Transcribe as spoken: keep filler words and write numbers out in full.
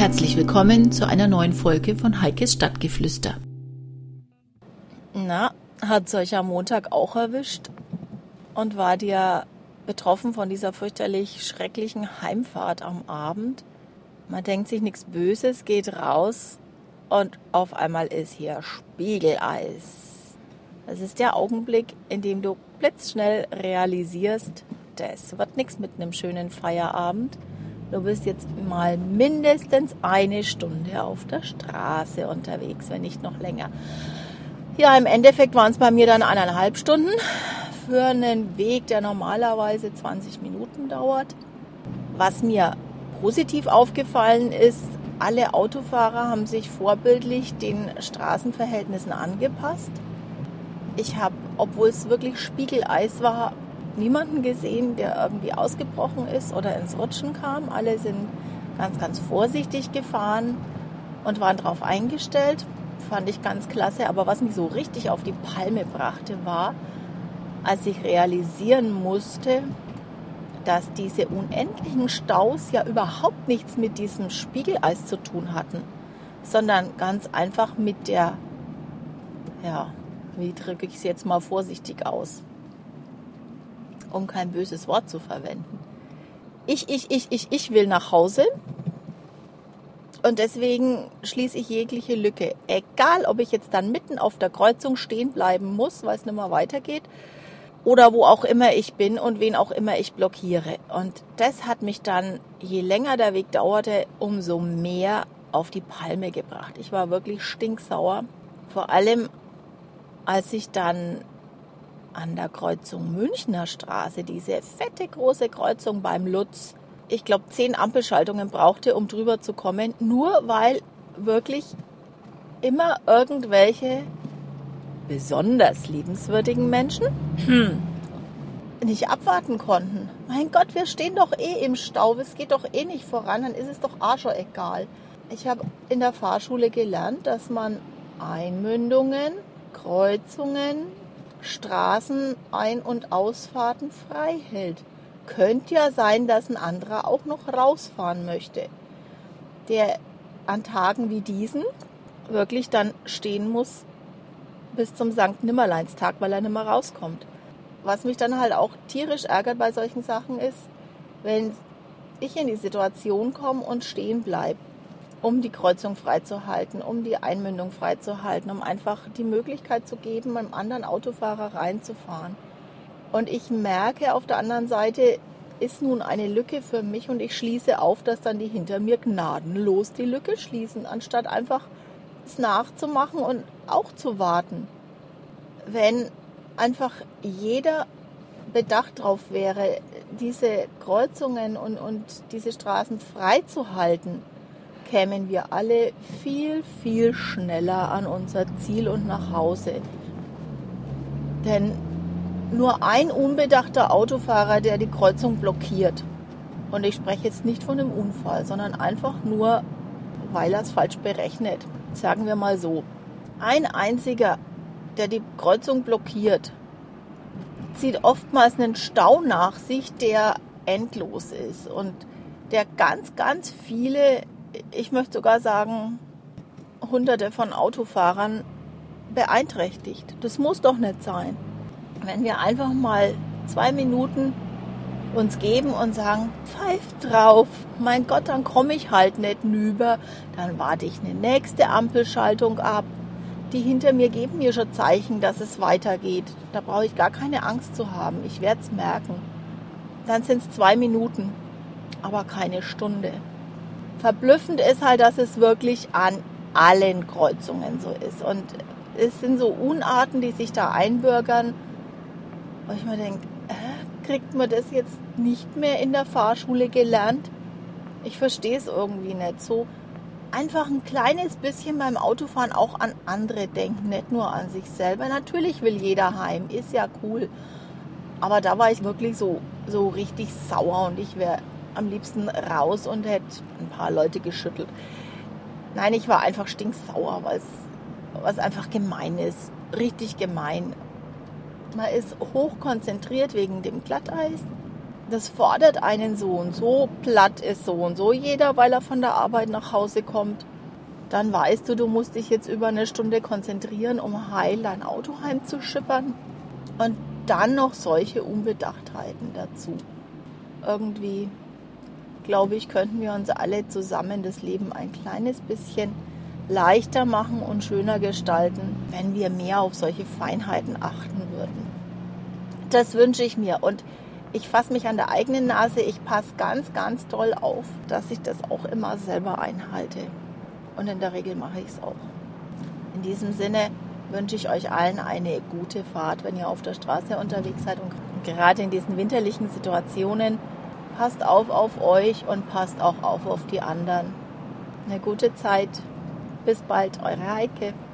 Herzlich willkommen zu einer neuen Folge von Heikes Stadtgeflüster. Na, hat's euch am Montag auch erwischt? Und wart ihr betroffen von dieser fürchterlich schrecklichen Heimfahrt am Abend? Man denkt sich nichts Böses, geht raus und auf einmal ist hier Spiegeleis. Das ist der Augenblick, in dem du blitzschnell realisierst, das wird nichts mit einem schönen Feierabend. Du bist jetzt mal mindestens eine Stunde auf der Straße unterwegs, wenn nicht noch länger. Ja, im Endeffekt waren es bei mir dann eineinhalb Stunden für einen Weg, der normalerweise zwanzig Minuten dauert. Was mir positiv aufgefallen ist, alle Autofahrer haben sich vorbildlich den Straßenverhältnissen angepasst. Ich habe, obwohl es wirklich Spiegeleis war, niemanden gesehen, der irgendwie ausgebrochen ist oder ins Rutschen kam. Alle sind ganz, ganz vorsichtig gefahren und waren darauf eingestellt. Fand ich ganz klasse. Aber was mich so richtig auf die Palme brachte, war, als ich realisieren musste, dass diese unendlichen Staus ja überhaupt nichts mit diesem Spiegeleis zu tun hatten, sondern ganz einfach mit der, ja, wie drücke ich es jetzt mal vorsichtig aus, um kein böses Wort zu verwenden. Ich, ich, ich, ich, ich will nach Hause und deswegen schließe ich jegliche Lücke. Egal, ob ich jetzt dann mitten auf der Kreuzung stehen bleiben muss, weil es nicht mehr weitergeht, oder wo auch immer ich bin und wen auch immer ich blockiere. Und das hat mich dann, je länger der Weg dauerte, umso mehr auf die Palme gebracht. Ich war wirklich stinksauer, vor allem als ich dann an der Kreuzung Münchner Straße, diese fette große Kreuzung beim Lutz, ich glaube zehn Ampelschaltungen brauchte, um drüber zu kommen, nur weil wirklich immer irgendwelche besonders liebenswürdigen Menschen hm, nicht abwarten konnten. Mein Gott, wir stehen doch eh im Stau, es geht doch eh nicht voran, dann ist es doch arschor egal. Ich habe in der Fahrschule gelernt, dass man Einmündungen, Kreuzungen, Straßen, Ein- und Ausfahrten frei hält. Könnte ja sein, dass ein anderer auch noch rausfahren möchte, der an Tagen wie diesen wirklich dann stehen muss bis zum Sankt Nimmerleinstag, weil er nicht mehr rauskommt. Was mich dann halt auch tierisch ärgert bei solchen Sachen ist, wenn ich in die Situation komme und stehen bleibe, um die Kreuzung freizuhalten, um die Einmündung freizuhalten, um einfach die Möglichkeit zu geben, beim anderen Autofahrer reinzufahren. Und ich merke, auf der anderen Seite ist nun eine Lücke für mich und ich schließe auf, dass dann die hinter mir gnadenlos die Lücke schließen, anstatt einfach es nachzumachen und auch zu warten. Wenn einfach jeder bedacht drauf wäre, diese Kreuzungen und, und diese Straßen freizuhalten, kämen wir alle viel, viel schneller an unser Ziel und nach Hause. Denn nur ein unbedachter Autofahrer, der die Kreuzung blockiert, und ich spreche jetzt nicht von einem Unfall, sondern einfach nur, weil er es falsch berechnet, sagen wir mal so, ein einziger, der die Kreuzung blockiert, zieht oftmals einen Stau nach sich, der endlos ist und der ganz, ganz viele, ich möchte sogar sagen, Hunderte von Autofahrern beeinträchtigt. Das muss doch nicht sein. Wenn wir einfach mal zwei Minuten uns geben und sagen, pfeift drauf, mein Gott, dann komme ich halt nicht nüber, dann warte ich eine nächste Ampelschaltung ab. Die hinter mir geben mir schon Zeichen, dass es weitergeht. Da brauche ich gar keine Angst zu haben. Ich werde es merken. Dann sind es zwei Minuten, aber keine Stunde. Verblüffend ist halt, dass es wirklich an allen Kreuzungen so ist. Und es sind so Unarten, die sich da einbürgern. Und ich mir denke, äh, kriegt man das jetzt nicht mehr in der Fahrschule gelernt? Ich verstehe es irgendwie nicht so. Einfach ein kleines bisschen beim Autofahren auch an andere denken, nicht nur an sich selber. Natürlich will jeder heim, ist ja cool. Aber da war ich wirklich so, so richtig sauer und ich wäre am liebsten raus und hätte ein paar Leute geschüttelt. Nein, ich war einfach stinksauer, weil es einfach gemein ist. Richtig gemein. Man ist hochkonzentriert wegen dem Glatteis. das fordert einen so und so, platt ist so und so jeder, weil er von der Arbeit nach Hause kommt. Dann weißt du, du musst dich jetzt über eine Stunde konzentrieren, um heil dein Auto heimzuschippern. Und dann noch solche Unbedachtheiten dazu. Irgendwie, glaube ich, könnten wir uns alle zusammen das Leben ein kleines bisschen leichter machen und schöner gestalten, wenn wir mehr auf solche Feinheiten achten würden. Das wünsche ich mir. Und ich fasse mich an der eigenen Nase. Ich passe ganz, ganz doll auf, dass ich das auch immer selber einhalte. Und in der Regel mache ich es auch. In diesem Sinne wünsche ich euch allen eine gute Fahrt, wenn ihr auf der Straße unterwegs seid. Und gerade in diesen winterlichen Situationen passt auf auf euch und passt auch auf auf die anderen. Eine gute Zeit. Bis bald, eure Heike.